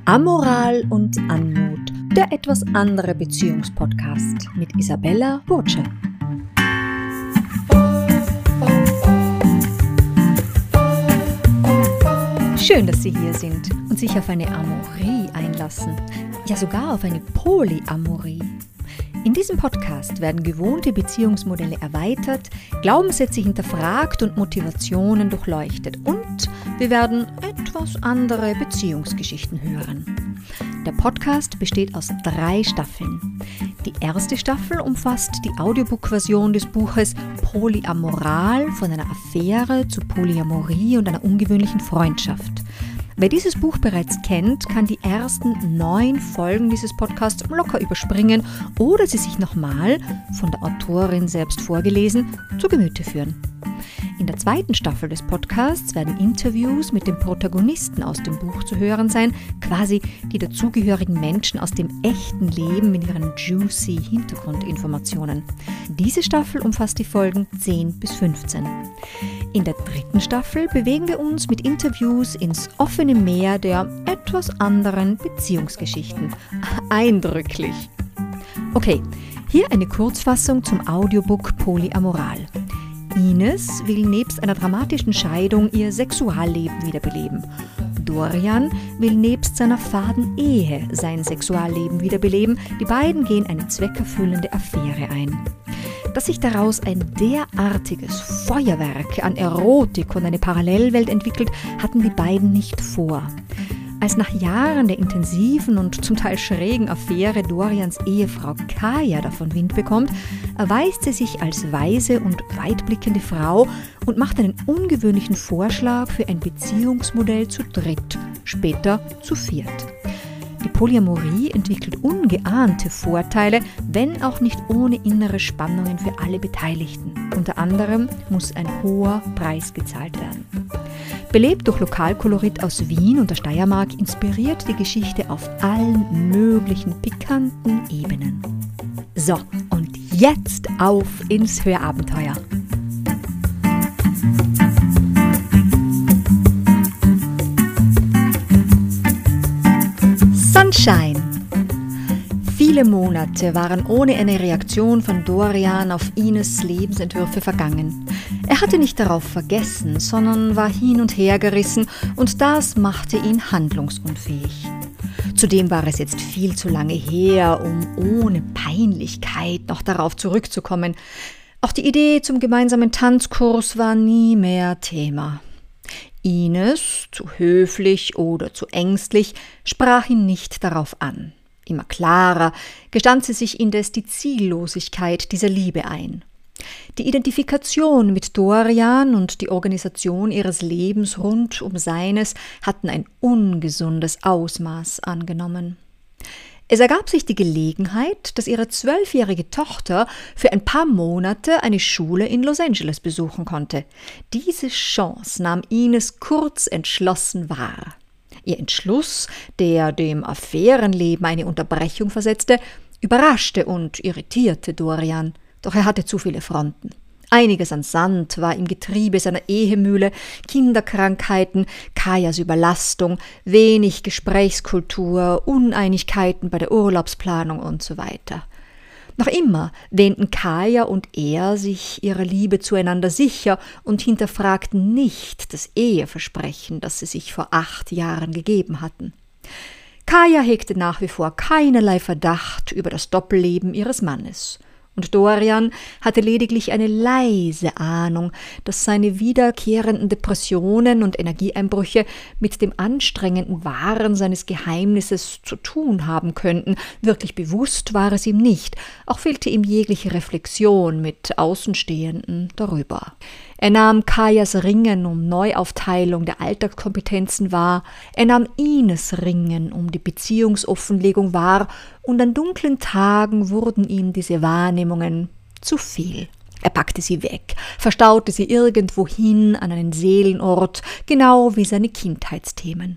Amoral und Anmut, der etwas andere Beziehungspodcast mit Isabella Burtsche. Schön, dass Sie hier sind und sich auf eine Amorie einlassen, ja sogar auf eine Polyamorie. In diesem Podcast werden gewohnte Beziehungsmodelle erweitert, Glaubenssätze hinterfragt und Motivationen durchleuchtet und wir werden etwas andere Beziehungsgeschichten hören. Der Podcast besteht aus 3 Staffeln. Die erste Staffel umfasst die Audiobook-Version des Buches Polyamoral, von einer Affäre zu Polyamorie und einer ungewöhnlichen Freundschaft. Wer dieses Buch bereits kennt, kann die ersten 9 Folgen dieses Podcasts locker überspringen oder sie sich nochmal, von der Autorin selbst vorgelesen, zu Gemüte führen. In der zweiten Staffel des Podcasts werden Interviews mit den Protagonisten aus dem Buch zu hören sein, quasi die dazugehörigen Menschen aus dem echten Leben mit ihren juicy Hintergrundinformationen. Diese Staffel umfasst die Folgen 10 bis 15. In der dritten Staffel bewegen wir uns mit Interviews ins offene Meer der etwas anderen Beziehungsgeschichten. Eindrücklich. Okay, hier eine Kurzfassung zum Audiobook Polyamoral. Ines will nebst einer dramatischen Scheidung ihr Sexualleben wiederbeleben. Dorian will nebst seiner faden Ehe sein Sexualleben wiederbeleben. Die beiden gehen eine zweckerfüllende Affäre ein. Dass sich daraus ein derartiges Feuerwerk an Erotik und eine Parallelwelt entwickelt, hatten die beiden nicht vor. Als nach Jahren der intensiven und zum Teil schrägen Affäre Dorians Ehefrau Kaya davon Wind bekommt, erweist sie sich als weise und weitblickende Frau und macht einen ungewöhnlichen Vorschlag für ein Beziehungsmodell zu dritt, später zu viert. Die Polyamorie entwickelt ungeahnte Vorteile, wenn auch nicht ohne innere Spannungen für alle Beteiligten. Unter anderem muss ein hoher Preis gezahlt werden. Belebt durch Lokalkolorit aus Wien und der Steiermark, inspiriert die Geschichte auf allen möglichen pikanten Ebenen. So, und jetzt auf ins Hörabenteuer! Sunshine! Viele Monate waren ohne eine Reaktion von Dorian auf Ines Lebensentwürfe vergangen. Er hatte nicht darauf vergessen, sondern war hin und her gerissen und das machte ihn handlungsunfähig. Zudem war es jetzt viel zu lange her, um ohne Peinlichkeit noch darauf zurückzukommen. Auch die Idee zum gemeinsamen Tanzkurs war nie mehr Thema. Ines, zu höflich oder zu ängstlich, sprach ihn nicht darauf an. Immer klarer gestand sie sich indes die Ziellosigkeit dieser Liebe ein. Die Identifikation mit Dorian und die Organisation ihres Lebens rund um seines hatten ein ungesundes Ausmaß angenommen. Es ergab sich die Gelegenheit, dass ihre 12-jährige Tochter für ein paar Monate eine Schule in Los Angeles besuchen konnte. Diese Chance nahm Ines kurz entschlossen wahr. Ihr Entschluss, der dem Affärenleben eine Unterbrechung versetzte, überraschte und irritierte Dorian. Doch er hatte zu viele Fronten. Einiges an Sand war im Getriebe seiner Ehemühle, Kinderkrankheiten, Kajas Überlastung, wenig Gesprächskultur, Uneinigkeiten bei der Urlaubsplanung und so weiter. Noch immer wähnten Kaja und er sich ihrer Liebe zueinander sicher und hinterfragten nicht das Eheversprechen, das sie sich vor 8 Jahren gegeben hatten. Kaja hegte nach wie vor keinerlei Verdacht über das Doppelleben ihres Mannes. Und Dorian hatte lediglich eine leise Ahnung, dass seine wiederkehrenden Depressionen und Energieeinbrüche mit dem anstrengenden Wahren seines Geheimnisses zu tun haben könnten. Wirklich bewusst war es ihm nicht, auch fehlte ihm jegliche Reflexion mit Außenstehenden darüber. Er nahm Kajas Ringen um Neuaufteilung der Alltagskompetenzen wahr, er nahm Ines Ringen um die Beziehungsoffenlegung wahr und an dunklen Tagen wurden ihm diese Wahrnehmungen zu viel. Er packte sie weg, verstaute sie irgendwohin an einen Seelenort, genau wie seine Kindheitsthemen.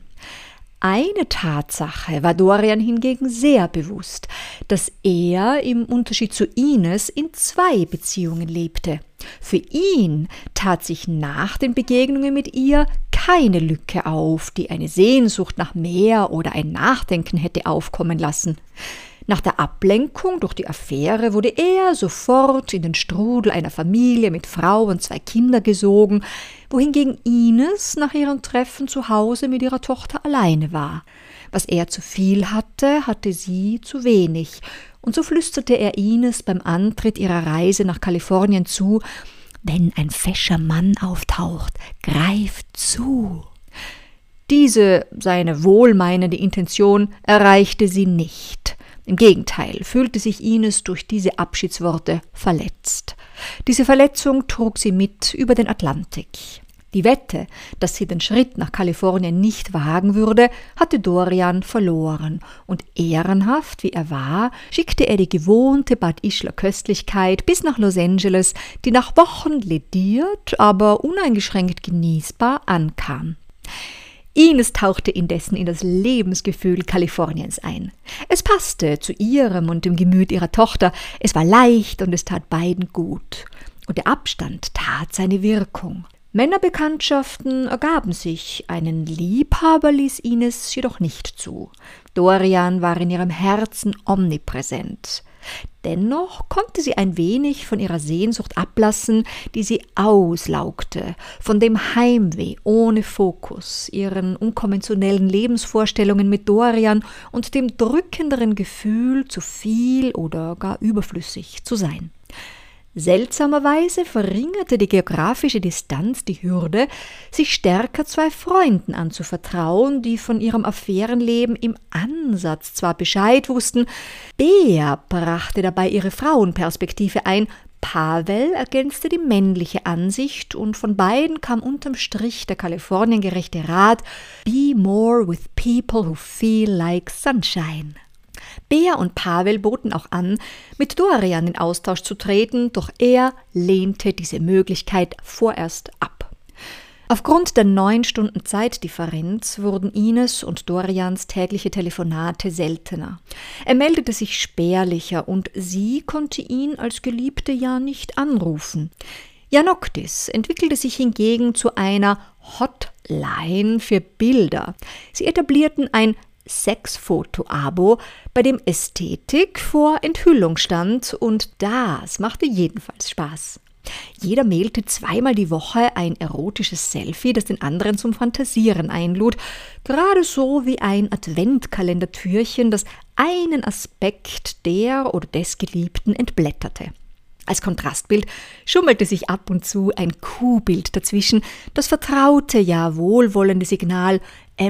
Eine Tatsache war Dorian hingegen sehr bewusst, dass er im Unterschied zu Ines in 2 Beziehungen lebte. Für ihn tat sich nach den Begegnungen mit ihr keine Lücke auf, die eine Sehnsucht nach mehr oder ein Nachdenken hätte aufkommen lassen. Nach der Ablenkung durch die Affäre wurde er sofort in den Strudel einer Familie mit Frau und 2 Kindern gesogen, wohingegen Ines nach ihrem Treffen zu Hause mit ihrer Tochter alleine war. Was er zu viel hatte, hatte sie zu wenig, und so flüsterte er Ines beim Antritt ihrer Reise nach Kalifornien zu: »Wenn ein fescher Mann auftaucht, greif zu.« Diese seine wohlmeinende Intention erreichte sie nicht. Im Gegenteil fühlte sich Ines durch diese Abschiedsworte verletzt. Diese Verletzung trug sie mit über den Atlantik. Die Wette, dass sie den Schritt nach Kalifornien nicht wagen würde, hatte Dorian verloren, und ehrenhaft wie er war, schickte er die gewohnte Bad Ischler Köstlichkeit bis nach Los Angeles, die nach Wochen lediert, aber uneingeschränkt genießbar ankam. Ines tauchte indessen in das Lebensgefühl Kaliforniens ein. Es passte zu ihrem und dem Gemüt ihrer Tochter, es war leicht und es tat beiden gut. Und der Abstand tat seine Wirkung. Männerbekanntschaften ergaben sich, einen Liebhaber ließ Ines jedoch nicht zu. Dorian war in ihrem Herzen omnipräsent. Dennoch konnte sie ein wenig von ihrer Sehnsucht ablassen, die sie auslaugte, von dem Heimweh ohne Fokus, ihren unkonventionellen Lebensvorstellungen mit Dorian und dem drückenderen Gefühl, zu viel oder gar überflüssig zu sein. Seltsamerweise verringerte die geografische Distanz die Hürde, sich stärker 2 Freunden anzuvertrauen, die von ihrem Affärenleben im Ansatz zwar Bescheid wussten. Bea brachte dabei ihre Frauenperspektive ein, Pavel ergänzte die männliche Ansicht, und von beiden kam unterm Strich der kaliforniengerechte Rat: Be more with people who feel like sunshine. Bea und Pavel boten auch an, mit Dorian in Austausch zu treten, doch er lehnte diese Möglichkeit vorerst ab. Aufgrund der 9 Stunden Zeitdifferenz wurden Ines und Dorians tägliche Telefonate seltener. Er meldete sich spärlicher, und sie konnte ihn als Geliebte ja nicht anrufen. Janoktis entwickelte sich hingegen zu einer Hotline für Bilder. Sie etablierten ein Sexfoto-Abo, bei dem Ästhetik vor Enthüllung stand, und das machte jedenfalls Spaß. Jeder mailte 2-mal die Woche ein erotisches Selfie, das den anderen zum Fantasieren einlud, gerade so wie ein Adventkalendertürchen, das einen Aspekt der oder des Geliebten entblätterte. Als Kontrastbild schummelte sich ab und zu ein Kuhbild dazwischen, das vertraute, ja wohlwollende Signal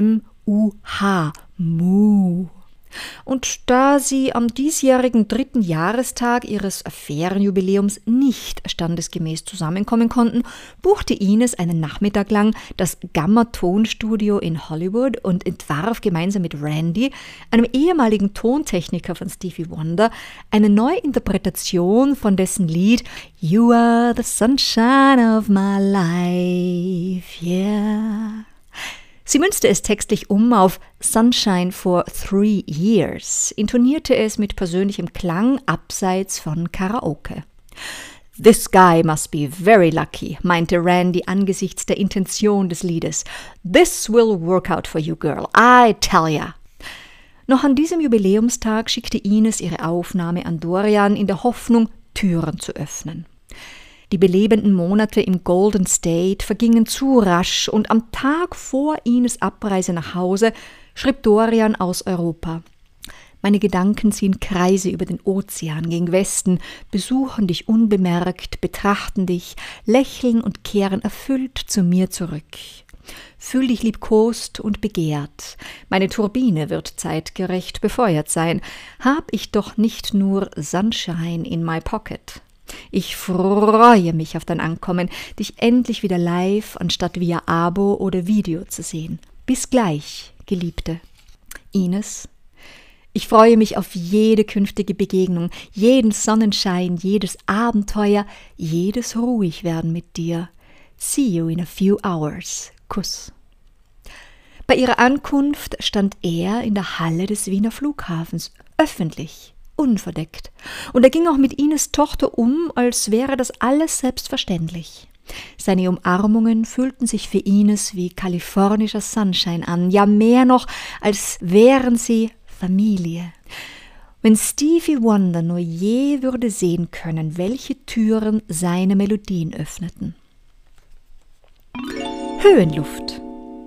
M-U-H, Mu. Und da sie am diesjährigen 3. Jahrestag ihres Affärenjubiläums nicht standesgemäß zusammenkommen konnten, buchte Ines einen Nachmittag lang das Gamma-Tonstudio in Hollywood und entwarf gemeinsam mit Randy, einem ehemaligen Tontechniker von Stevie Wonder, eine Neuinterpretation von dessen Lied You are the sunshine of my life, yeah. Sie münzte es textlich um auf Sunshine for 3 Years, intonierte es mit persönlichem Klang abseits von Karaoke. This guy must be very lucky, meinte Randy angesichts der Intention des Liedes. This will work out for you, girl, I tell ya. Noch an diesem Jubiläumstag schickte Ines ihre Aufnahme an Dorian in der Hoffnung, Türen zu öffnen. Die belebenden Monate im Golden State vergingen zu rasch, und am Tag vor Ines Abreise nach Hause schrieb Dorian aus Europa: Meine Gedanken ziehen Kreise über den Ozean gegen Westen, besuchen dich unbemerkt, betrachten dich, lächeln und kehren erfüllt zu mir zurück. Fühl dich liebkost und begehrt. Meine Turbine wird zeitgerecht befeuert sein. Hab ich doch nicht nur Sunshine in my pocket. Ich freue mich auf dein Ankommen, dich endlich wieder live anstatt via Abo oder Video zu sehen. Bis gleich, Geliebte. Ines. Ich freue mich auf jede künftige Begegnung, jeden Sonnenschein, jedes Abenteuer, jedes Ruhigwerden mit dir. See you in a few hours. Kuss. Bei ihrer Ankunft stand er in der Halle des Wiener Flughafens, öffentlich, unverdeckt. Und er ging auch mit Ines Tochter um, als wäre das alles selbstverständlich. Seine Umarmungen fühlten sich für Ines wie kalifornischer Sunshine an, ja mehr noch, als wären sie Familie. Wenn Stevie Wonder nur je würde sehen können, welche Türen seine Melodien öffneten. Höhenluft.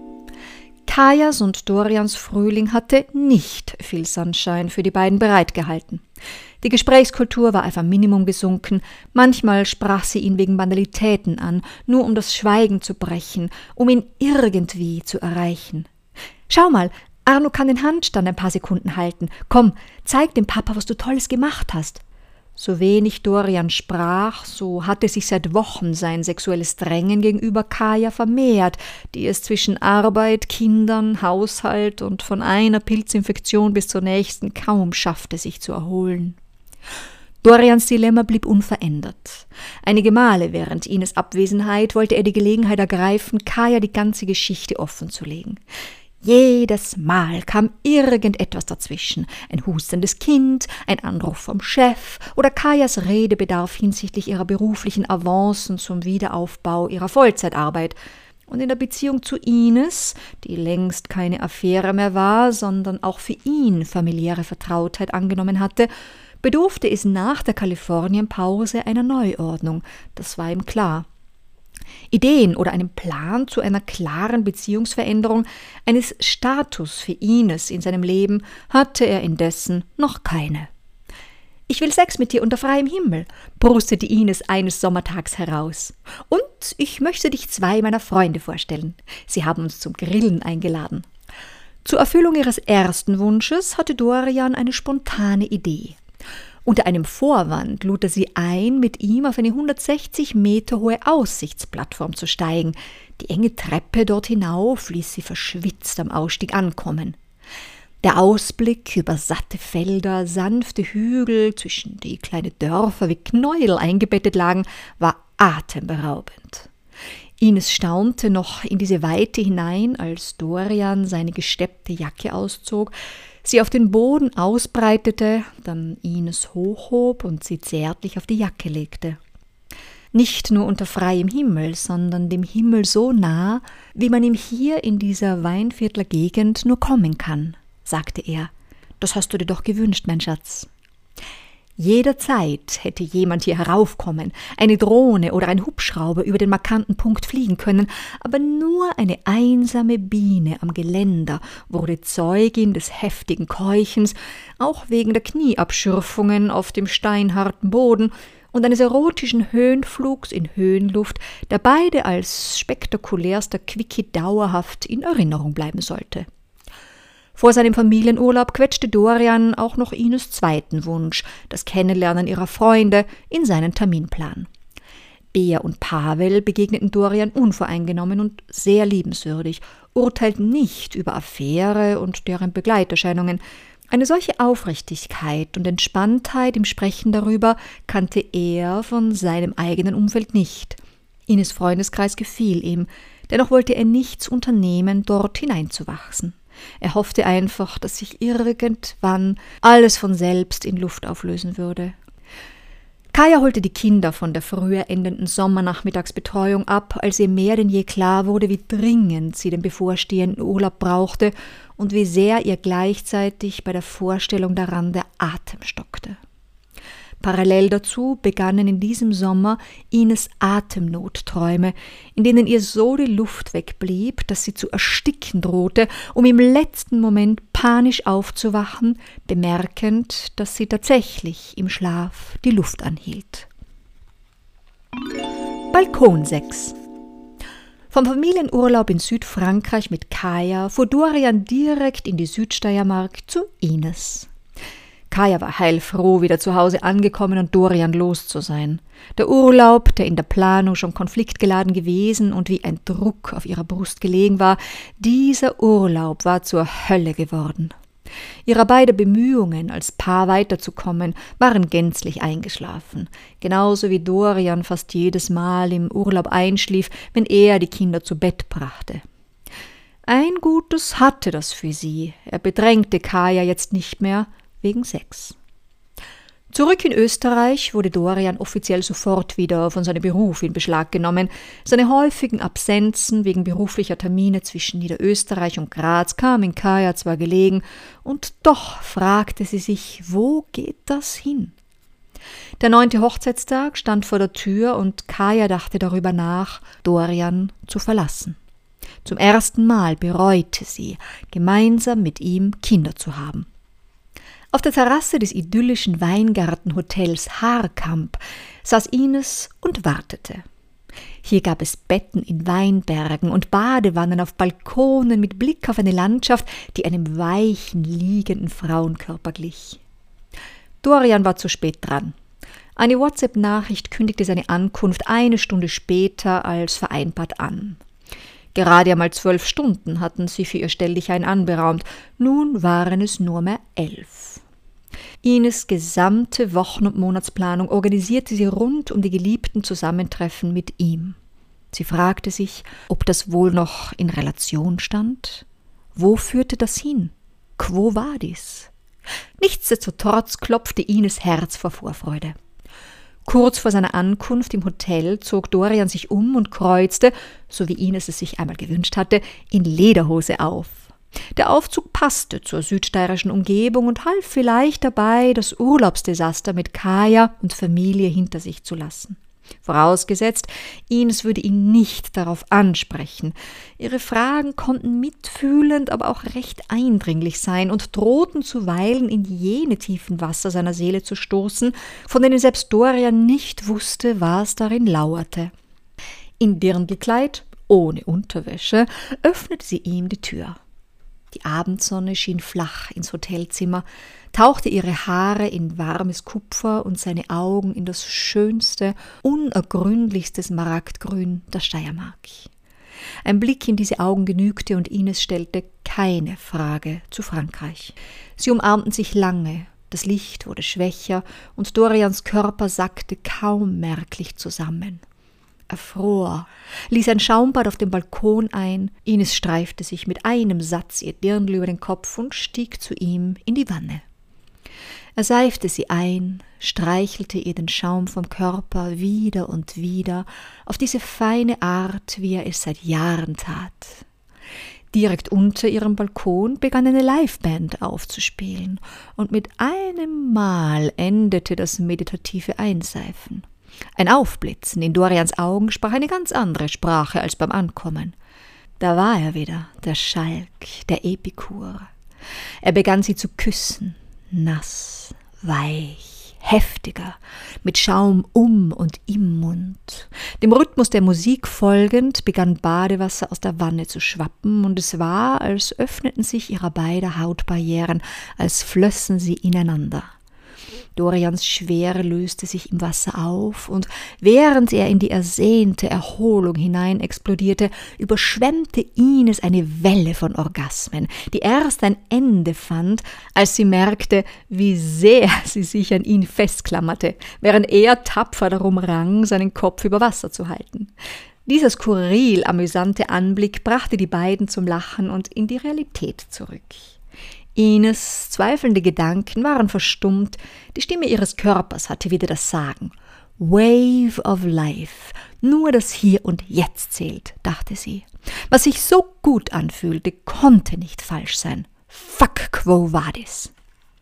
Kajas und Dorians Frühling hatte nicht viel Sunshine für die beiden bereitgehalten. Die Gesprächskultur war auf ein Minimum gesunken, manchmal sprach sie ihn wegen Banalitäten an, nur um das Schweigen zu brechen, um ihn irgendwie zu erreichen. »Schau mal, Arno kann den Handstand ein paar Sekunden halten. Komm, zeig dem Papa, was du Tolles gemacht hast.« So wenig Dorian sprach, so hatte sich seit Wochen sein sexuelles Drängen gegenüber Kaja vermehrt, die es zwischen Arbeit, Kindern, Haushalt und von einer Pilzinfektion bis zur nächsten kaum schaffte, sich zu erholen. Dorians Dilemma blieb unverändert. Einige Male während Ines Abwesenheit wollte er die Gelegenheit ergreifen, Kaja die ganze Geschichte offenzulegen. Jedes Mal kam irgendetwas dazwischen, ein hustendes Kind, ein Anruf vom Chef oder Kajas Redebedarf hinsichtlich ihrer beruflichen Avancen zum Wiederaufbau ihrer Vollzeitarbeit. Und in der Beziehung zu Ines, die längst keine Affäre mehr war, sondern auch für ihn familiäre Vertrautheit angenommen hatte, bedurfte es nach der Kalifornienpause einer Neuordnung, das war ihm klar. Ideen oder einen Plan zu einer klaren Beziehungsveränderung, eines Status für Ines in seinem Leben hatte er indessen noch keine. »Ich will Sex mit dir unter freiem Himmel«, brustete Ines eines Sommertags heraus. »Und ich möchte dich 2 meiner Freunde vorstellen. Sie haben uns zum Grillen eingeladen.« Zur Erfüllung ihres ersten Wunsches hatte Dorian eine spontane Idee. Unter einem Vorwand lud er sie ein, mit ihm auf eine 160 Meter hohe Aussichtsplattform zu steigen. Die enge Treppe dort hinauf ließ sie verschwitzt am Ausstieg ankommen. Der Ausblick über satte Felder, sanfte Hügel, zwischen die kleine Dörfer wie Knäuel eingebettet lagen, war atemberaubend. Ines staunte noch in diese Weite hinein, als Dorian seine gesteppte Jacke auszog, sie auf den Boden ausbreitete, dann Ines hochhob und sie zärtlich auf die Jacke legte. Nicht nur unter freiem Himmel, sondern dem Himmel so nah, wie man ihm hier in dieser Weinviertler Gegend nur kommen kann, sagte er. Das hast du dir doch gewünscht, mein Schatz. Jederzeit hätte jemand hier heraufkommen, eine Drohne oder ein Hubschrauber über den markanten Punkt fliegen können, aber nur eine einsame Biene am Geländer wurde Zeugin des heftigen Keuchens, auch wegen der Knieabschürfungen auf dem steinharten Boden und eines erotischen Höhenflugs in Höhenluft, der beide als spektakulärster Quickie dauerhaft in Erinnerung bleiben sollte. Vor seinem Familienurlaub quetschte Dorian auch noch Ines zweiten Wunsch, das Kennenlernen ihrer Freunde, in seinen Terminplan. Bea und Pavel begegneten Dorian unvoreingenommen und sehr liebenswürdig, urteilten nicht über Affäre und deren Begleiterscheinungen. Eine solche Aufrichtigkeit und Entspanntheit im Sprechen darüber kannte er von seinem eigenen Umfeld nicht. Ines' Freundeskreis gefiel ihm, dennoch wollte er nichts unternehmen, dort hineinzuwachsen. Er hoffte einfach, dass sich irgendwann alles von selbst in Luft auflösen würde. Kaja holte die Kinder von der früher endenden Sommernachmittagsbetreuung ab, als ihr mehr denn je klar wurde, wie dringend sie den bevorstehenden Urlaub brauchte und wie sehr ihr gleichzeitig bei der Vorstellung daran der Atem stockte. Parallel dazu begannen in diesem Sommer Ines Atemnotträume, in denen ihr so die Luft wegblieb, dass sie zu ersticken drohte, um im letzten Moment panisch aufzuwachen, bemerkend, dass sie tatsächlich im Schlaf die Luft anhielt. Balkonsex. Vom Familienurlaub in Südfrankreich mit Kaja fuhr Dorian direkt in die Südsteiermark zu Ines. Kaja war heilfroh, wieder zu Hause angekommen und Dorian los zu sein. Der Urlaub, der in der Planung schon konfliktgeladen gewesen und wie ein Druck auf ihrer Brust gelegen war, dieser Urlaub war zur Hölle geworden. Ihre beiden Bemühungen, als Paar weiterzukommen, waren gänzlich eingeschlafen, genauso wie Dorian fast jedes Mal im Urlaub einschlief, wenn er die Kinder zu Bett brachte. Ein Gutes hatte das für sie, er bedrängte Kaja jetzt nicht mehr, wegen Sex. Zurück in Österreich wurde Dorian offiziell sofort wieder von seinem Beruf in Beschlag genommen. Seine häufigen Absenzen wegen beruflicher Termine zwischen Niederösterreich und Graz kamen Kaja zwar gelegen, und doch fragte sie sich, wo geht das hin? Der 9. Hochzeitstag stand vor der Tür und Kaja dachte darüber nach, Dorian zu verlassen. Zum ersten Mal bereute sie, gemeinsam mit ihm Kinder zu haben. Auf der Terrasse des idyllischen Weingartenhotels Haarkamp saß Ines und wartete. Hier gab es Betten in Weinbergen und Badewannen auf Balkonen mit Blick auf eine Landschaft, die einem weichen, liegenden Frauenkörper glich. Dorian war zu spät dran. Eine WhatsApp-Nachricht kündigte seine Ankunft 1 Stunde später als vereinbart an. Gerade einmal 12 Stunden hatten sie für ihr Stelldichein anberaumt, nun waren es nur mehr 11. Ines gesamte Wochen- und Monatsplanung organisierte sie rund um die geliebten Zusammentreffen mit ihm. Sie fragte sich, ob das wohl noch in Relation stand? Wo führte das hin? Quo vadis? Nichtsdestotrotz klopfte Ines Herz vor Vorfreude. Kurz vor seiner Ankunft im Hotel zog Dorian sich um und kreuzte, so wie Ines es sich einmal gewünscht hatte, in Lederhose auf. Der Aufzug passte zur südsteirischen Umgebung und half vielleicht dabei, das Urlaubsdesaster mit Kaja und Familie hinter sich zu lassen. Vorausgesetzt, Ines würde ihn nicht darauf ansprechen. Ihre Fragen konnten mitfühlend, aber auch recht eindringlich sein und drohten zuweilen in jene tiefen Wasser seiner Seele zu stoßen, von denen selbst Dorian nicht wusste, was darin lauerte. In Dirndlkleid, ohne Unterwäsche, öffnete sie ihm die Tür. Die Abendsonne schien flach ins Hotelzimmer, tauchte ihre Haare in warmes Kupfer und seine Augen in das schönste, unergründlichste Smaragdgrün der Steiermark. Ein Blick in diese Augen genügte und Ines stellte keine Frage zu Frankreich. Sie umarmten sich lange, das Licht wurde schwächer und Dorians Körper sackte kaum merklich zusammen. Er fror, ließ ein Schaumbad auf dem Balkon ein, Ines streifte sich mit einem Satz ihr Dirndl über den Kopf und stieg zu ihm in die Wanne. Er seifte sie ein, streichelte ihr den Schaum vom Körper wieder und wieder, auf diese feine Art, wie er es seit Jahren tat. Direkt unter ihrem Balkon begann eine Liveband aufzuspielen, und mit einem Mal endete das meditative Einseifen. Ein Aufblitzen in Dorians Augen sprach eine ganz andere Sprache als beim Ankommen. Da war er wieder, der Schalk, der Epikur. Er begann sie zu küssen, nass, weich, heftiger, mit Schaum und im Mund. Dem Rhythmus der Musik folgend begann Badewasser aus der Wanne zu schwappen, und es war, als öffneten sich ihrer beider Hautbarrieren, als flössen sie ineinander. Dorians Schwere löste sich im Wasser auf, und während er in die ersehnte Erholung hinein explodierte, überschwemmte Ines eine Welle von Orgasmen, die erst ein Ende fand, als sie merkte, wie sehr sie sich an ihn festklammerte, während er tapfer darum rang, seinen Kopf über Wasser zu halten. Dieser skurril amüsante Anblick brachte die beiden zum Lachen und in die Realität zurück. Ines zweifelnde Gedanken waren verstummt, die Stimme ihres Körpers hatte wieder das Sagen. Wave of Life, nur das Hier und Jetzt zählt, dachte sie. Was sich so gut anfühlte, konnte nicht falsch sein. Fuck quo vadis.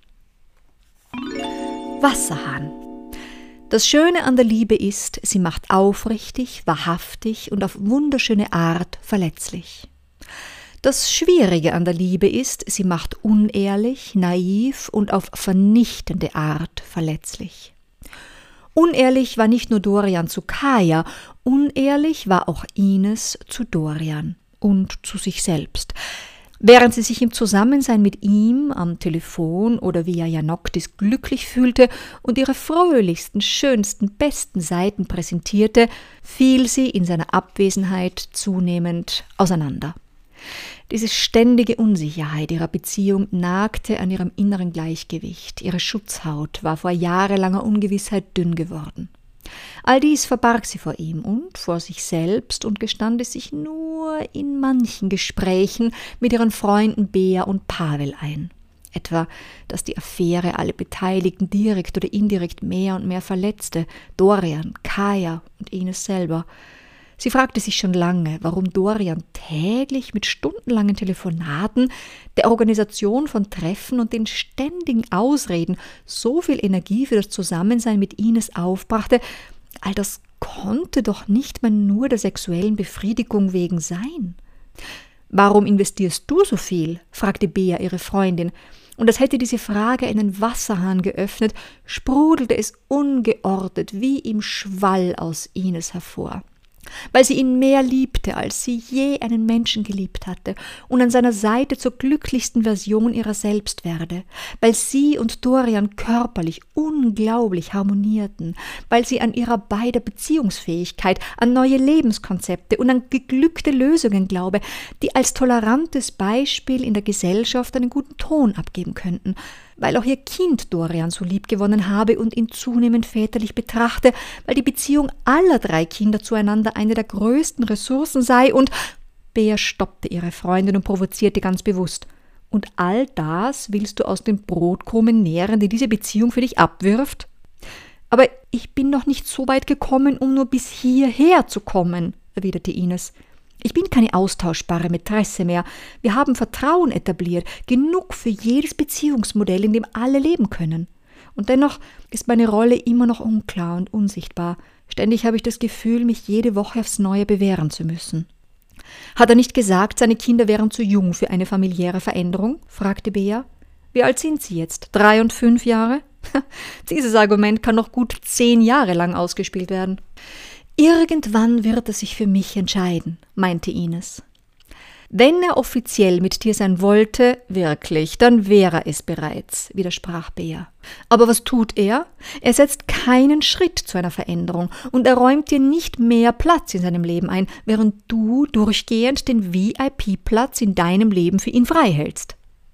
Wasserhahn. Das Schöne an der Liebe ist, sie macht aufrichtig, wahrhaftig und auf wunderschöne Art verletzlich. Das Schwierige an der Liebe ist, sie macht unehrlich, naiv und auf vernichtende Art verletzlich. Unehrlich war nicht nur Dorian zu Kaja, unehrlich war auch Ines zu Dorian und zu sich selbst. Während sie sich im Zusammensein mit ihm am Telefon oder via Janoctis glücklich fühlte und ihre fröhlichsten, schönsten, besten Seiten präsentierte, fiel sie in seiner Abwesenheit zunehmend auseinander. Diese ständige Unsicherheit ihrer Beziehung nagte an ihrem inneren Gleichgewicht. Ihre Schutzhaut war vor jahrelanger Ungewissheit dünn geworden. All dies verbarg sie vor ihm und vor sich selbst und gestand es sich nur in manchen Gesprächen mit ihren Freunden Bea und Pavel ein. Etwa, dass die Affäre alle Beteiligten direkt oder indirekt mehr und mehr verletzte, Dorian, Kaya und Ines selber. Sie fragte sich schon lange, warum Dorian täglich mit stundenlangen Telefonaten, der Organisation von Treffen und den ständigen Ausreden so viel Energie für das Zusammensein mit Ines aufbrachte. All das konnte doch nicht mehr nur der sexuellen Befriedigung wegen sein. »Warum investierst du so viel?« fragte Bea ihre Freundin. Und als hätte diese Frage einen Wasserhahn geöffnet, sprudelte es ungeordnet wie im Schwall aus Ines hervor. Weil sie ihn mehr liebte, als sie je einen Menschen geliebt hatte und an seiner Seite zur glücklichsten Version ihrer selbst werde, weil sie und Dorian körperlich unglaublich harmonierten, weil sie an ihrer beider Beziehungsfähigkeit, an neue Lebenskonzepte und an geglückte Lösungen glaube, die als tolerantes Beispiel in der Gesellschaft einen guten Ton abgeben könnten, weil auch ihr Kind Dorian so lieb gewonnen habe und ihn zunehmend väterlich betrachte, weil die Beziehung aller 3 Kinder zueinander eine der größten Ressourcen sei und Bea stoppte ihre Freundin und provozierte ganz bewusst. Und all das willst du aus den Brotkrumen nähren, die diese Beziehung für dich abwirft? Aber ich bin noch nicht so weit gekommen, um nur bis hierher zu kommen, erwiderte Ines. Ich bin keine austauschbare Mätresse mehr. Wir haben Vertrauen etabliert, genug für jedes Beziehungsmodell, in dem alle leben können. Und dennoch ist meine Rolle immer noch unklar und unsichtbar. Ständig habe ich das Gefühl, mich jede Woche aufs Neue bewähren zu müssen. »Hat er nicht gesagt, seine Kinder wären zu jung für eine familiäre Veränderung?« fragte Bea. »Wie alt sind sie jetzt? 3 und 5 Jahre?« Dieses Argument kann noch gut 10 Jahre lang ausgespielt werden. »Irgendwann wird er sich für mich entscheiden«, meinte Ines. »Wenn er offiziell mit dir sein wollte, wirklich, dann wäre er es bereits«, widersprach Bea. »Aber was tut er? Er setzt keinen Schritt zu einer Veränderung und er räumt dir nicht mehr Platz in seinem Leben ein, während du durchgehend den VIP-Platz in deinem Leben für ihn frei hältst.«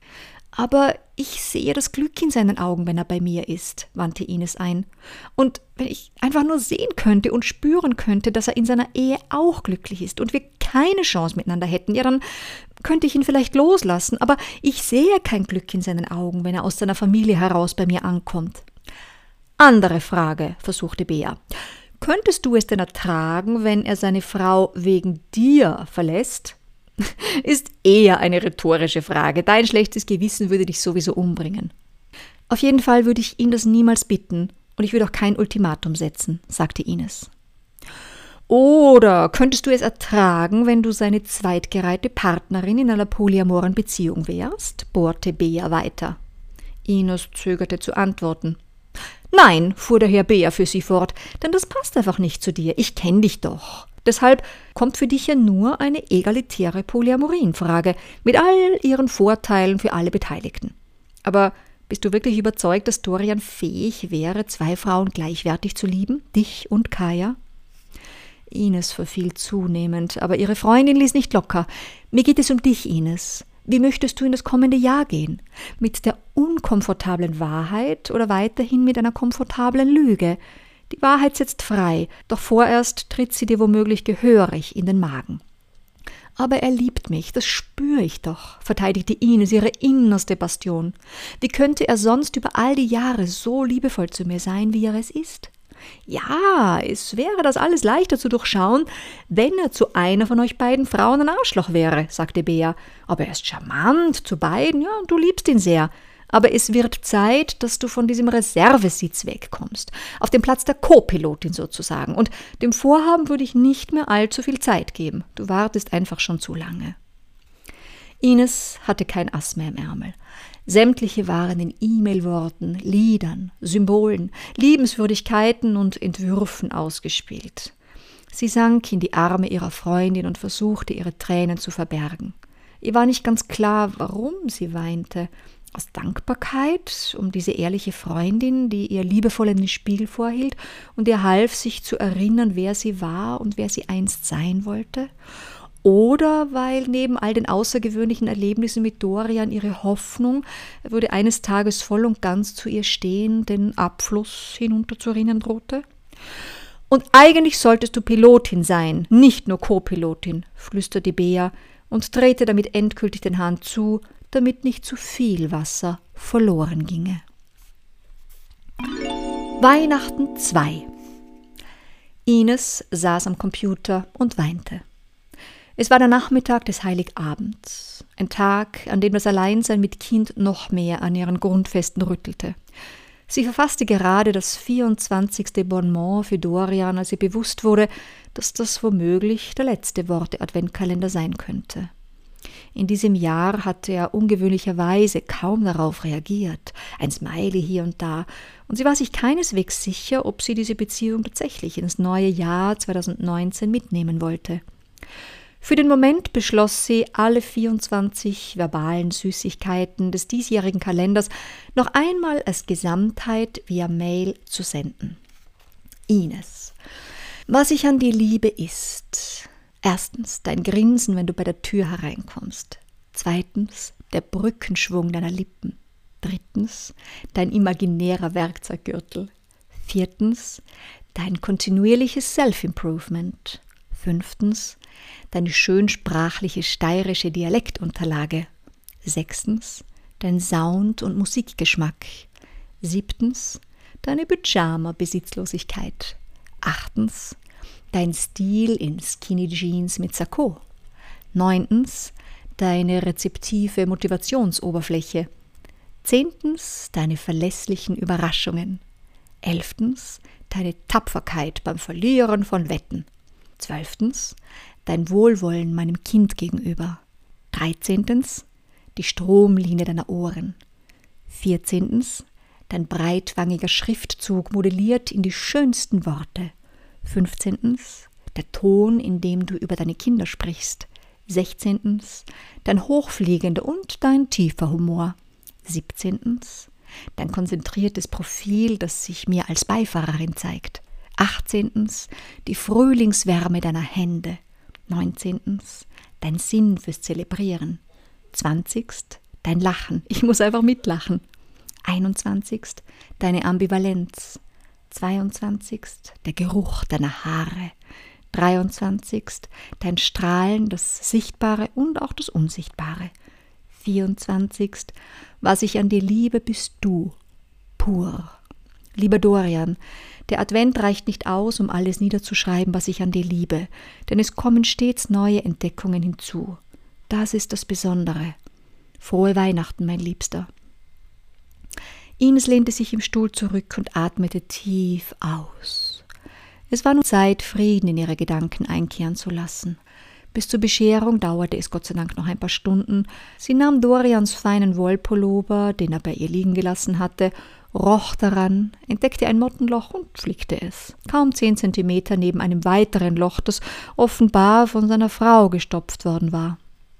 »Aber ich sehe das Glück in seinen Augen, wenn er bei mir ist«, wandte Ines ein. »Und wenn ich einfach nur sehen könnte und spüren könnte, dass er in seiner Ehe auch glücklich ist und wir keine Chance miteinander hätten, ja, dann könnte ich ihn vielleicht loslassen, aber ich sehe kein Glück in seinen Augen, wenn er aus seiner Familie heraus bei mir ankommt.« »Andere Frage«, versuchte Bea. »Könntest du es denn ertragen, wenn er seine Frau wegen dir verlässt?« Ist eher eine rhetorische Frage. Dein schlechtes Gewissen würde dich sowieso umbringen. Auf jeden Fall würde ich ihn das niemals bitten und ich würde auch kein Ultimatum setzen, sagte Ines. Oder könntest du es ertragen, wenn du seine zweitgereihte Partnerin in einer polyamoren Beziehung wärst? Bohrte Bea weiter. Ines zögerte zu antworten. Nein, fuhr der Herr Bea für sie fort, denn das passt einfach nicht zu dir. Ich kenne dich doch. Deshalb kommt für dich ja nur eine egalitäre Polyamorie in Frage, mit all ihren Vorteilen für alle Beteiligten. Aber bist du wirklich überzeugt, dass Dorian fähig wäre, 2 Frauen gleichwertig zu lieben, dich und Kaya? Ines verfiel zunehmend, aber ihre Freundin ließ nicht locker. Mir geht es um dich, Ines. Wie möchtest du in das kommende Jahr gehen? Mit der unkomfortablen Wahrheit oder weiterhin mit einer komfortablen Lüge? Die Wahrheit setzt frei, doch vorerst tritt sie dir womöglich gehörig in den Magen. »Aber er liebt mich, das spüre ich doch«, verteidigte Ines ihre innerste Bastion. »Wie könnte er sonst über all die Jahre so liebevoll zu mir sein, wie er es ist?« »Ja, es wäre das alles leichter zu durchschauen, wenn er zu einer von euch beiden Frauen ein Arschloch wäre«, sagte Bea. »Aber er ist charmant zu beiden, ja, und du liebst ihn sehr. Aber es wird Zeit, dass du von diesem Reservesitz wegkommst, auf den Platz der Co-Pilotin sozusagen. Und dem Vorhaben würde ich nicht mehr allzu viel Zeit geben. Du wartest einfach schon zu lange.« Ines hatte kein Ass mehr im Ärmel. Sämtliche waren in E-Mail-Worten, Liedern, Symbolen, Liebenswürdigkeiten und Entwürfen ausgespielt. Sie sank in die Arme ihrer Freundin und versuchte, ihre Tränen zu verbergen. Ihr war nicht ganz klar, warum sie weinte. Aus Dankbarkeit um diese ehrliche Freundin, die ihr liebevoll in den Spiegel vorhielt und ihr half, sich zu erinnern, wer sie war und wer sie einst sein wollte? Oder weil neben all den außergewöhnlichen Erlebnissen mit Dorian ihre Hoffnung, er würde eines Tages voll und ganz zu ihr stehen, den Abfluss hinunterzurinnen drohte? »Und eigentlich solltest du Pilotin sein, nicht nur Co-Pilotin«, flüsterte Bea und drehte damit endgültig den Hahn zu, damit nicht zu viel Wasser verloren ginge. Weihnachten 2. Ines saß am Computer und weinte. Es war der Nachmittag des Heiligabends, ein Tag, an dem das Alleinsein mit Kind noch mehr an ihren Grundfesten rüttelte. Sie verfasste gerade das 24. Bonmot für Dorian, als ihr bewusst wurde, dass das womöglich der letzte Worte-Adventkalender sein könnte. In diesem Jahr hatte er ungewöhnlicherweise kaum darauf reagiert, ein Smiley hier und da, und sie war sich keineswegs sicher, ob sie diese Beziehung tatsächlich ins neue Jahr 2019 mitnehmen wollte. Für den Moment beschloss sie, alle 24 verbalen Süßigkeiten des diesjährigen Kalenders noch einmal als Gesamtheit via Mail zu senden. Ines, was ich an dir liebe ist: Erstens, dein Grinsen, wenn du bei der Tür hereinkommst. Zweitens, der Brückenschwung deiner Lippen. Drittens, dein imaginärer Werkzeuggürtel. Viertens, dein kontinuierliches Self-Improvement. Fünftens, deine schön sprachliche steirische Dialektunterlage. Sechstens, dein Sound- und Musikgeschmack. Siebtens, deine Pyjama-Besitzlosigkeit. Achtens, dein Stil in Skinny Jeans mit Sakko. Neuntens, deine rezeptive Motivationsoberfläche. Zehntens, deine verlässlichen Überraschungen. Elftens, deine Tapferkeit beim Verlieren von Wetten. Zwölftens, dein Wohlwollen meinem Kind gegenüber. 13. die Stromlinie deiner Ohren. 14. dein breitwangiger Schriftzug modelliert in die schönsten Worte. 15. der Ton, in dem du über deine Kinder sprichst. 16. dein hochfliegender und dein tiefer Humor. 17. dein konzentriertes Profil, das sich mir als Beifahrerin zeigt. 18. die Frühlingswärme deiner Hände. 19. dein Sinn fürs Zelebrieren. 20. dein Lachen. Ich muss einfach mitlachen. 21. deine Ambivalenz. 22. der Geruch deiner Haare. 23. dein Strahlen, das Sichtbare und auch das Unsichtbare. 24. was ich an dir liebe, bist du. Pur. Lieber Dorian, der Advent reicht nicht aus, um alles niederzuschreiben, was ich an dir liebe, denn es kommen stets neue Entdeckungen hinzu. Das ist das Besondere. Frohe Weihnachten, mein Liebster. Ines lehnte sich im Stuhl zurück und atmete tief aus. Es war nun Zeit, Frieden in ihre Gedanken einkehren zu lassen. Bis zur Bescherung dauerte es Gott sei Dank noch ein paar Stunden. Sie nahm Dorians feinen Wollpullover, den er bei ihr liegen gelassen hatte, roch daran, entdeckte ein Mottenloch und flickte es. Kaum 10 Zentimeter neben einem weiteren Loch, das offenbar von seiner Frau gestopft worden war.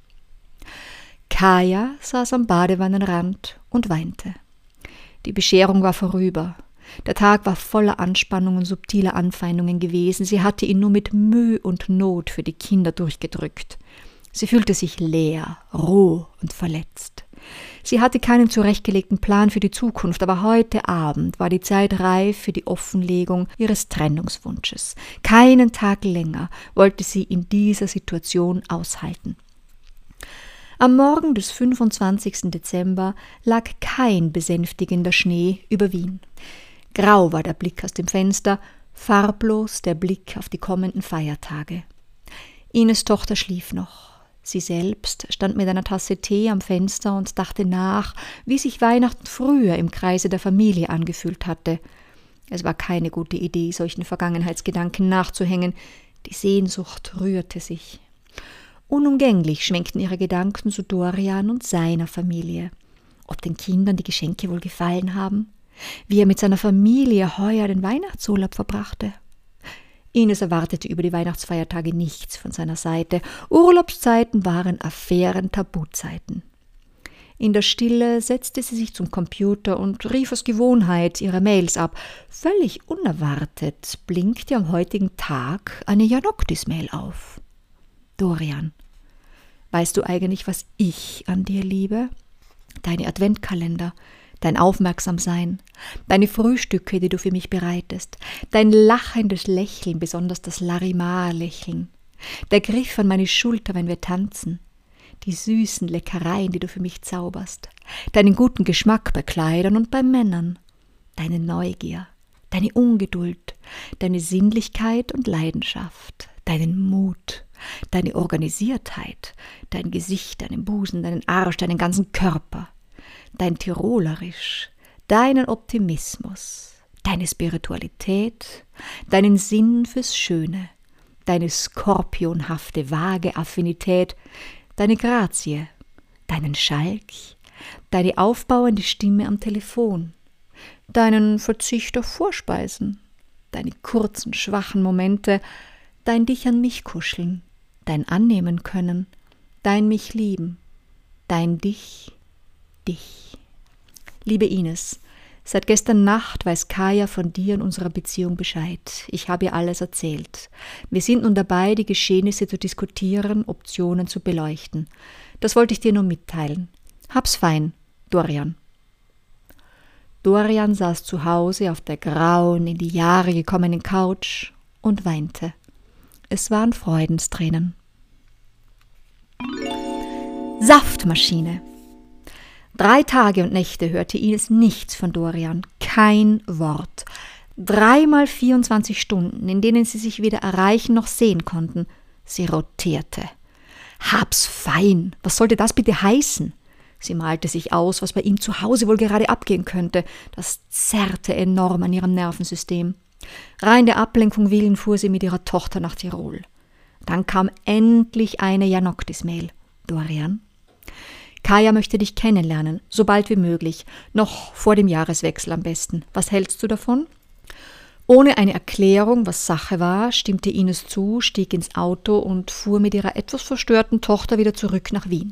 Kaya saß am Badewannenrand und weinte. Die Bescherung war vorüber. Der Tag war voller Anspannung und subtiler Anfeindungen gewesen. Sie hatte ihn nur mit Mühe und Not für die Kinder durchgedrückt. Sie fühlte sich leer, roh und verletzt. Sie hatte keinen zurechtgelegten Plan für die Zukunft, aber heute Abend war die Zeit reif für die Offenlegung ihres Trennungswunsches. Keinen Tag länger wollte sie in dieser Situation aushalten. Am Morgen des 25. Dezember lag kein besänftigender Schnee über Wien. Grau war der Blick aus dem Fenster, farblos der Blick auf die kommenden Feiertage. Ines Tochter schlief noch. Sie selbst stand mit einer Tasse Tee am Fenster und dachte nach, wie sich Weihnachten früher im Kreise der Familie angefühlt hatte. Es war keine gute Idee, solchen Vergangenheitsgedanken nachzuhängen. Die Sehnsucht rührte sich. Unumgänglich schwenkten ihre Gedanken zu Dorian und seiner Familie. Ob den Kindern die Geschenke wohl gefallen haben? Wie er mit seiner Familie heuer den Weihnachtsurlaub verbrachte? Ines erwartete über die Weihnachtsfeiertage nichts von seiner Seite. Urlaubszeiten waren Affären-Tabuzeiten. In der Stille setzte sie sich zum Computer und rief aus Gewohnheit ihre Mails ab. Völlig unerwartet blinkte am heutigen Tag eine Janoktis-Mail auf. Dorian, weißt du eigentlich, was ich an dir liebe? Deine Adventkalender, dein Aufmerksamsein, deine Frühstücke, die du für mich bereitest, dein lachendes Lächeln, besonders das Larimar-Lächeln, der Griff an meine Schulter, wenn wir tanzen, die süßen Leckereien, die du für mich zauberst, deinen guten Geschmack bei Kleidern und bei Männern, deine Neugier, deine Ungeduld, deine Sinnlichkeit und Leidenschaft, deinen Mut, deine Organisiertheit, dein Gesicht, deinen Busen, deinen Arsch, deinen ganzen Körper, dein Tirolerisch, deinen Optimismus, deine Spiritualität, deinen Sinn fürs Schöne, deine skorpionhafte, vage Affinität, deine Grazie, deinen Schalk, deine aufbauende Stimme am Telefon, deinen Verzicht auf Vorspeisen, deine kurzen, schwachen Momente, dein dich an mich kuscheln, dein annehmen können, dein mich lieben, dein dich. Liebe Ines, seit gestern Nacht weiß Kaya von dir und unserer Beziehung Bescheid. Ich habe ihr alles erzählt. Wir sind nun dabei, die Geschehnisse zu diskutieren, Optionen zu beleuchten. Das wollte ich dir nur mitteilen. Hab's fein, Dorian. Dorian saß zu Hause auf der grauen, in die Jahre gekommenen Couch und weinte. Es waren Freudenstränen. Saftmaschine. 3 Tage und Nächte hörte Ines nichts von Dorian, kein Wort. 3 mal 24 Stunden, in denen sie sich weder erreichen noch sehen konnten. Sie rotierte. Hab's fein, was sollte das bitte heißen? Sie malte sich aus, was bei ihm zu Hause wohl gerade abgehen könnte. Das zerrte enorm an ihrem Nervensystem. Rein der Ablenkung willen fuhr sie mit ihrer Tochter nach Tirol. Dann kam endlich eine Janoktis-Mail. Dorian? Kaya möchte dich kennenlernen, so bald wie möglich, noch vor dem Jahreswechsel am besten. Was hältst du davon? Ohne eine Erklärung, was Sache war, stimmte Ines zu, stieg ins Auto und fuhr mit ihrer etwas verstörten Tochter wieder zurück nach Wien.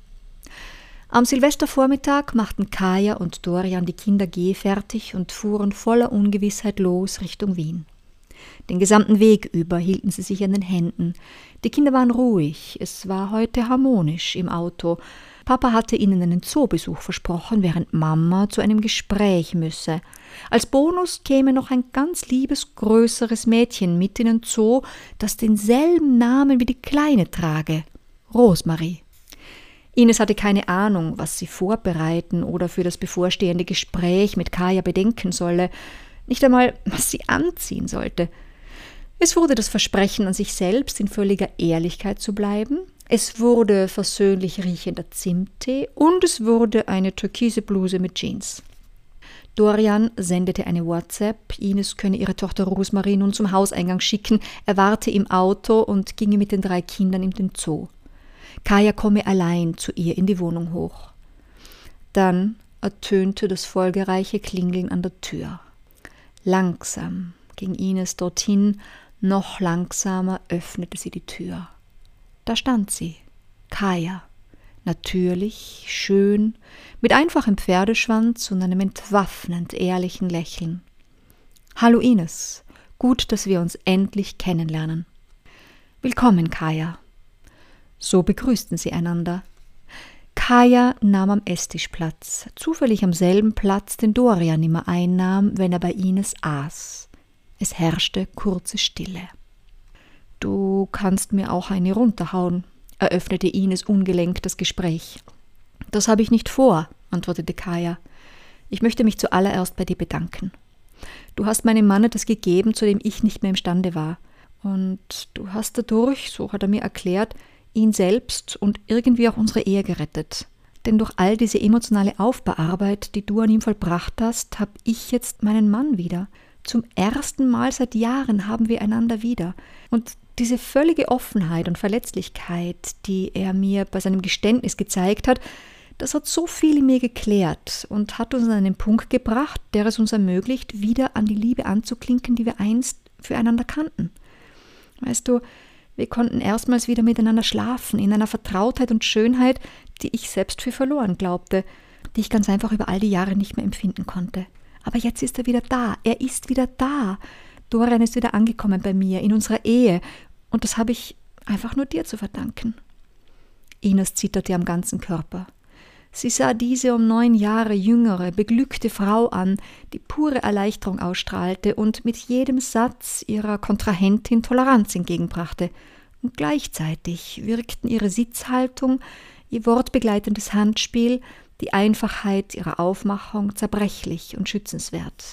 Am Silvestervormittag machten Kaya und Dorian die Kinder gehfertig und fuhren voller Ungewissheit los Richtung Wien. Den gesamten Weg über hielten sie sich an den Händen. Die Kinder waren ruhig, es war heute harmonisch im Auto. Papa hatte ihnen einen Zoobesuch versprochen, während Mama zu einem Gespräch müsse. Als Bonus käme noch ein ganz liebes, größeres Mädchen mit in den Zoo, das denselben Namen wie die Kleine trage: Rosemarie. Ines hatte keine Ahnung, was sie vorbereiten oder für das bevorstehende Gespräch mit Kaya bedenken solle, nicht einmal, was sie anziehen sollte. Es wurde das Versprechen an sich selbst, in völliger Ehrlichkeit zu bleiben, es wurde versöhnlich riechender Zimttee und es wurde eine türkise Bluse mit Jeans. Dorian sendete eine WhatsApp, Ines könne ihre Tochter Rosemarie nun zum Hauseingang schicken, er warte im Auto und ginge mit den 3 Kindern in den Zoo. Kaya komme allein zu ihr in die Wohnung hoch. Dann ertönte das folgereiche Klingeln an der Tür. Langsam ging Ines dorthin, noch langsamer öffnete sie die Tür. Da stand sie, Kaya, natürlich, schön, mit einfachem Pferdeschwanz und einem entwaffnend ehrlichen Lächeln. »Hallo Ines, gut, dass wir uns endlich kennenlernen.« »Willkommen, Kaya.« So begrüßten sie einander. Kaya nahm am Esstisch Platz, zufällig am selben Platz, den Dorian immer einnahm, wenn er bei Ines aß. Es herrschte kurze Stille. »Du kannst mir auch eine runterhauen«, eröffnete Ines ungelenkt das Gespräch. »Das habe ich nicht vor«, antwortete Kaya. »Ich möchte mich zuallererst bei dir bedanken. Du hast meinem Mann etwas gegeben, zu dem ich nicht mehr imstande war. Und du hast dadurch, so hat er mir erklärt, ihn selbst und irgendwie auch unsere Ehe gerettet. Denn durch all diese emotionale Aufbauarbeit, die du an ihm vollbracht hast, habe ich jetzt meinen Mann wieder. Zum ersten Mal seit Jahren haben wir einander wieder. Und diese völlige Offenheit und Verletzlichkeit, die er mir bei seinem Geständnis gezeigt hat, das hat so viel in mir geklärt und hat uns an einen Punkt gebracht, der es uns ermöglicht, wieder an die Liebe anzuklinken, die wir einst füreinander kannten. Weißt du, wir konnten erstmals wieder miteinander schlafen, in einer Vertrautheit und Schönheit, die ich selbst für verloren glaubte, die ich ganz einfach über all die Jahre nicht mehr empfinden konnte. Aber jetzt ist er wieder da, er ist wieder da. Dorian ist wieder angekommen bei mir, in unserer Ehe, und das habe ich einfach nur dir zu verdanken. Ines zitterte am ganzen Körper. Sie sah diese um 9 Jahre jüngere, beglückte Frau an, die pure Erleichterung ausstrahlte und mit jedem Satz ihrer Kontrahentin Toleranz entgegenbrachte. Und gleichzeitig wirkten ihre Sitzhaltung, Ihr wortbegleitendes Handspiel, die Einfachheit ihrer Aufmachung zerbrechlich und schützenswert.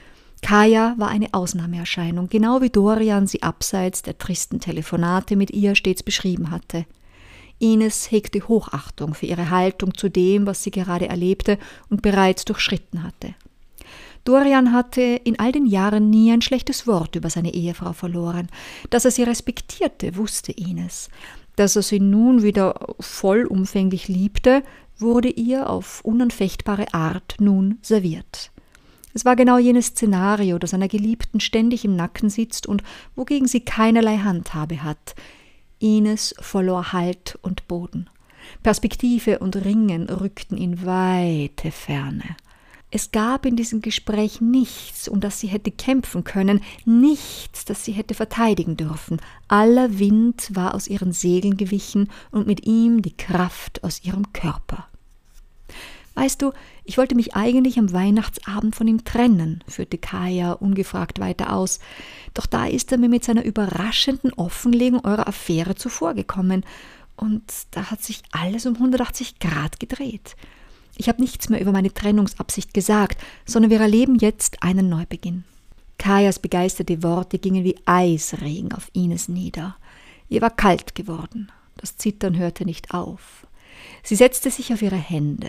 Kaya war eine Ausnahmeerscheinung, genau wie Dorian sie abseits der tristen Telefonate mit ihr stets beschrieben hatte. Ines hegte Hochachtung für ihre Haltung zu dem, was sie gerade erlebte und bereits durchschritten hatte. Dorian hatte in all den Jahren nie ein schlechtes Wort über seine Ehefrau verloren. Dass er sie respektierte, wusste Ines. Dass er sie nun wieder vollumfänglich liebte, wurde ihr auf unanfechtbare Art nun serviert. Es war genau jenes Szenario, das einer Geliebten ständig im Nacken sitzt und wogegen sie keinerlei Handhabe hat. Ines verlor Halt und Boden. Perspektive und Ringen rückten in weite Ferne. Es gab in diesem Gespräch nichts, um das sie hätte kämpfen können, nichts, das sie hätte verteidigen dürfen. Aller Wind war aus ihren Segeln gewichen und mit ihm die Kraft aus ihrem Körper. »Weißt du, ich wollte mich eigentlich am Weihnachtsabend von ihm trennen«, führte Kaya ungefragt weiter aus. »Doch da ist er mir mit seiner überraschenden Offenlegung eurer Affäre zuvorgekommen. Und da hat sich alles um 180 Grad gedreht. Ich habe nichts mehr über meine Trennungsabsicht gesagt, sondern wir erleben jetzt einen Neubeginn.« Kayas begeisterte Worte gingen wie Eisregen auf Ines nieder. Ihr war kalt geworden. Das Zittern hörte nicht auf. Sie setzte sich auf ihre Hände.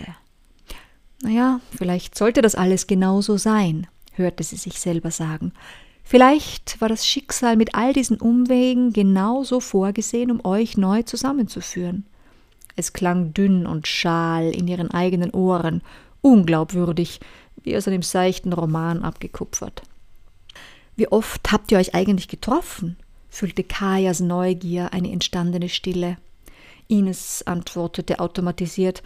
»Naja, vielleicht sollte das alles genauso sein«, hörte sie sich selber sagen. »Vielleicht war das Schicksal mit all diesen Umwegen genauso vorgesehen, um euch neu zusammenzuführen.« Es klang dünn und schal in ihren eigenen Ohren, unglaubwürdig, wie aus einem seichten Roman abgekupfert. »Wie oft habt ihr euch eigentlich getroffen?« füllte Kayas Neugier eine entstandene Stille. Ines antwortete automatisiert: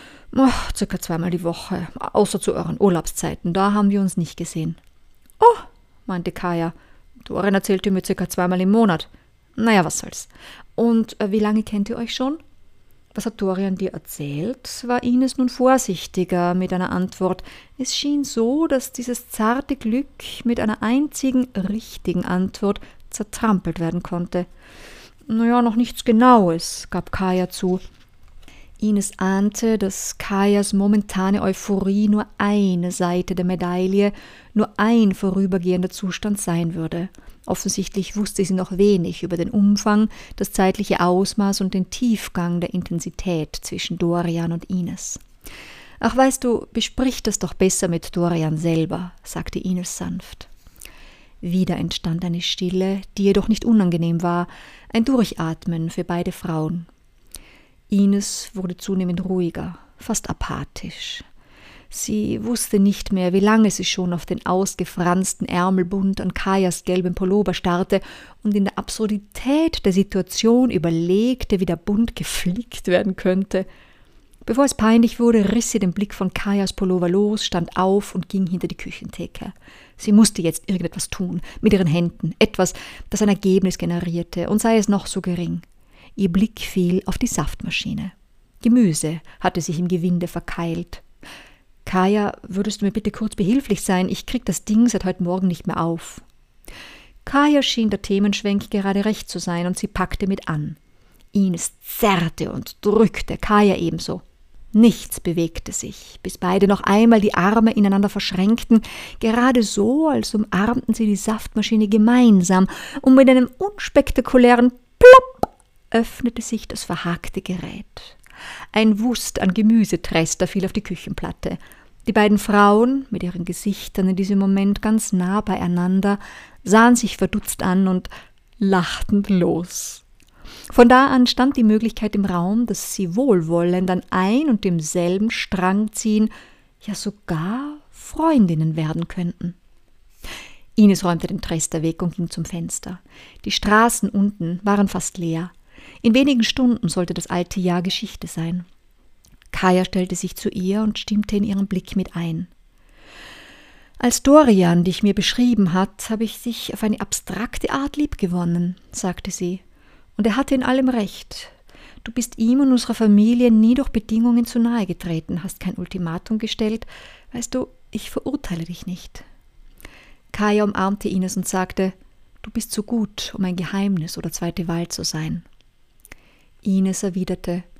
circa 2-mal die Woche, außer zu euren Urlaubszeiten, da haben wir uns nicht gesehen.« »Oh«, meinte Kaya, »Dorian erzählte mir circa 2-mal im Monat. Naja, was soll's. Und wie lange kennt ihr euch schon?« »Was hat Dorian dir erzählt?« war Ines nun vorsichtiger mit einer Antwort. Es schien so, dass dieses zarte Glück mit einer einzigen richtigen Antwort zertrampelt werden konnte. »Naja, noch nichts Genaues«, gab Kaya zu. Ines ahnte, dass Kayas momentane Euphorie nur eine Seite der Medaille, nur ein vorübergehender Zustand sein würde. Offensichtlich wusste sie noch wenig über den Umfang, das zeitliche Ausmaß und den Tiefgang der Intensität zwischen Dorian und Ines. »Ach, weißt du, besprich das doch besser mit Dorian selber«, sagte Ines sanft. Wieder entstand eine Stille, die jedoch nicht unangenehm war, ein Durchatmen für beide Frauen. Ines wurde zunehmend ruhiger, fast apathisch. Sie wusste nicht mehr, wie lange sie schon auf den ausgefransten Ärmelbund an Kayas gelbem Pullover starrte und in der Absurdität der Situation überlegte, wie der Bund geflickt werden könnte. Bevor es peinlich wurde, riss sie den Blick von Kayas Pullover los, stand auf und ging hinter die Küchentheke. Sie musste jetzt irgendetwas tun, mit ihren Händen, etwas, das ein Ergebnis generierte, und sei es noch so gering. Ihr Blick fiel auf die Saftmaschine. Gemüse hatte sich im Gewinde verkeilt. »Kaya, würdest du mir bitte kurz behilflich sein? Ich krieg das Ding seit heute Morgen nicht mehr auf.« Kaya schien der Themenschwenk gerade recht zu sein, und sie packte mit an. Ines zerrte und drückte, Kaya ebenso. Nichts bewegte sich, bis beide noch einmal die Arme ineinander verschränkten, gerade so, als umarmten sie die Saftmaschine gemeinsam, und mit einem unspektakulären Plopp öffnete sich das verhakte Gerät. Ein Wust an Gemüsetrester fiel auf die Küchenplatte. Die beiden Frauen, mit ihren Gesichtern in diesem Moment ganz nah beieinander, sahen sich verdutzt an und lachten los. Von da an stand die Möglichkeit im Raum, dass sie wohlwollend an ein und demselben Strang ziehen, ja sogar Freundinnen werden könnten. Ines räumte den Trester weg und ging zum Fenster. Die Straßen unten waren fast leer. In wenigen Stunden sollte das alte Jahr Geschichte sein. Kaya stellte sich zu ihr und stimmte in ihren Blick mit ein. »Als Dorian dich mir beschrieben hat, habe ich dich auf eine abstrakte Art liebgewonnen«, sagte sie. »Und er hatte in allem recht. Du bist ihm und unserer Familie nie durch Bedingungen zu nahe getreten, hast kein Ultimatum gestellt. Weißt du, ich verurteile dich nicht.« Kaya umarmte Ines und sagte, »Du bist so gut, um ein Geheimnis oder zweite Wahl zu sein.« Ines erwiderte,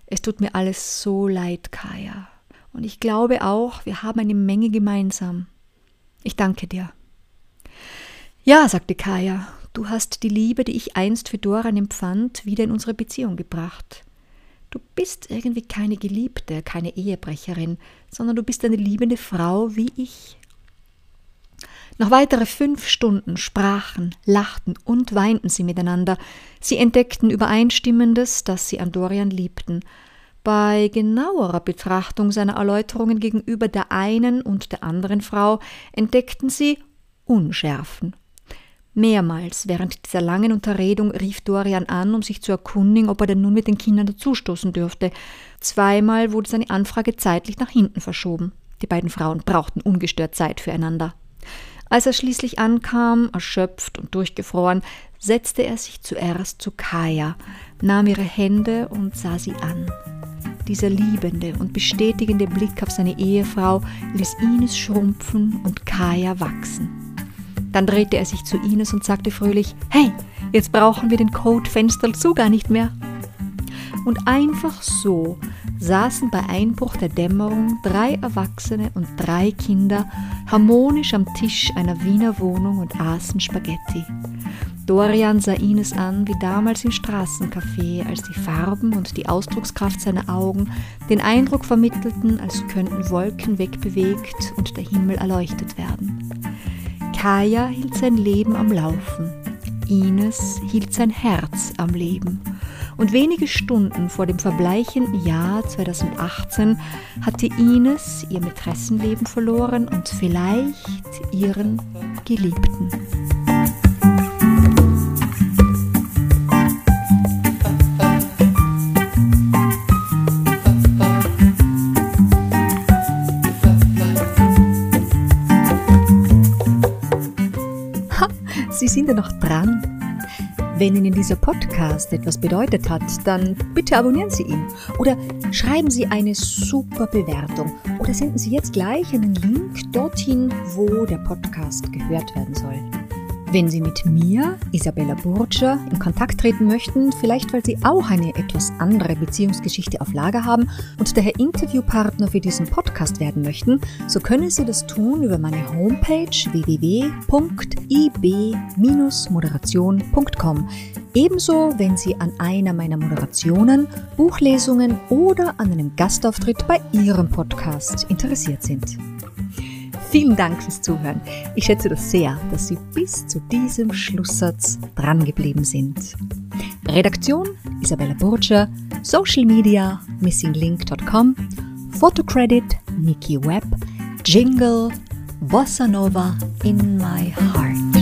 Es tut mir alles so leid, Kaya. Und ich glaube auch, wir haben eine Menge gemeinsam. Ich danke dir. Ja, sagte Kaya, du hast die Liebe, die ich einst für Dorian empfand, wieder in unsere Beziehung gebracht. Du bist irgendwie keine Geliebte, keine Ehebrecherin, sondern du bist eine liebende Frau wie ich. Noch weitere 5 Stunden sprachen, lachten und weinten sie miteinander. Sie entdeckten Übereinstimmendes, das sie an Dorian liebten. Bei genauerer Betrachtung seiner Erläuterungen gegenüber der einen und der anderen Frau entdeckten sie Unschärfen. Mehrmals während dieser langen Unterredung rief Dorian an, um sich zu erkundigen, ob er denn nun mit den Kindern dazustoßen dürfte. 2-mal wurde seine Anfrage zeitlich nach hinten verschoben. Die beiden Frauen brauchten ungestört Zeit füreinander. Als er schließlich ankam, erschöpft und durchgefroren, setzte er sich zuerst zu Kaya, nahm ihre Hände und sah sie an. Dieser liebende und bestätigende Blick auf seine Ehefrau ließ Ines schrumpfen und Kaya wachsen. Dann drehte er sich zu Ines und sagte fröhlich: »Hey, jetzt brauchen wir den Code Fensterl zu gar nicht mehr.« Und einfach so saßen bei Einbruch der Dämmerung 3 Erwachsene und 3 Kinder harmonisch am Tisch einer Wiener Wohnung und aßen Spaghetti. Dorian sah Ines an wie damals im Straßencafé, als die Farben und die Ausdruckskraft seiner Augen den Eindruck vermittelten, als könnten Wolken wegbewegt und der Himmel erleuchtet werden. Kaya hielt sein Leben am Laufen, Ines hielt sein Herz am Leben. Und wenige Stunden vor dem verbleichenden Jahr 2018 hatte Ines ihr Mätressenleben verloren und vielleicht ihren Geliebten. Sie sind ja noch dran. Wenn Ihnen dieser Podcast etwas bedeutet hat, dann bitte abonnieren Sie ihn oder schreiben Sie eine super Bewertung oder senden Sie jetzt gleich einen Link dorthin, wo der Podcast gehört werden soll. Wenn Sie mit mir, Isabella Burtscher, in Kontakt treten möchten, vielleicht weil Sie auch eine etwas andere Beziehungsgeschichte auf Lager haben und daher Interviewpartner für diesen Podcast werden möchten, so können Sie das tun über meine Homepage www.ib-moderation.com. Ebenso, wenn Sie an einer meiner Moderationen, Buchlesungen oder an einem Gastauftritt bei Ihrem Podcast interessiert sind. Vielen Dank fürs Zuhören. Ich schätze das sehr, dass Sie bis zu diesem Schlusssatz drangeblieben sind. Redaktion Isabella Burtscher, Social Media missinglink.com, Photocredit Niki Webb, Jingle Bossa Nova in my heart.